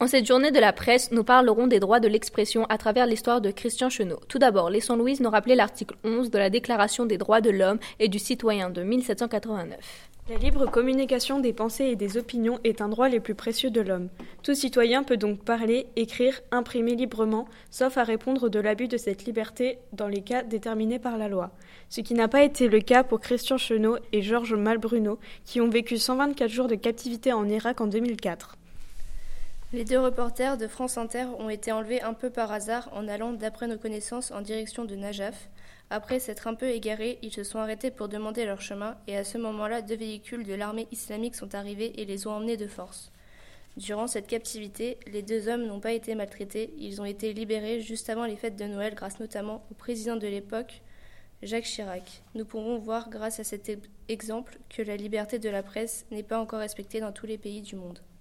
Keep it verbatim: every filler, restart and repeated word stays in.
En cette journée de la presse, nous parlerons des droits de l'expression à travers l'histoire de Christian Chenot. Tout d'abord, laissons-Louise nous rappeler l'article onze de la Déclaration des droits de l'homme et du citoyen de mille sept cent quatre-vingt-neuf. La libre communication des pensées et des opinions est un droit les plus précieux de l'homme. Tout citoyen peut donc parler, écrire, imprimer librement, sauf à répondre de l'abus de cette liberté dans les cas déterminés par la loi. Ce qui n'a pas été le cas pour Christian Chenot et Georges Malbruno, qui ont vécu cent vingt-quatre jours de captivité en Irak en deux mille quatre. Les deux reporters de France Inter ont été enlevés un peu par hasard en allant, d'après nos connaissances, en direction de Najaf. Après s'être un peu égarés, ils se sont arrêtés pour demander leur chemin et à ce moment-là, deux véhicules de l'armée islamique sont arrivés et les ont emmenés de force. Durant cette captivité, les deux hommes n'ont pas été maltraités, ils ont été libérés juste avant les fêtes de Noël grâce notamment au président de l'époque, Jacques Chirac. Nous pourrons voir grâce à cet exemple que la liberté de la presse n'est pas encore respectée dans tous les pays du monde.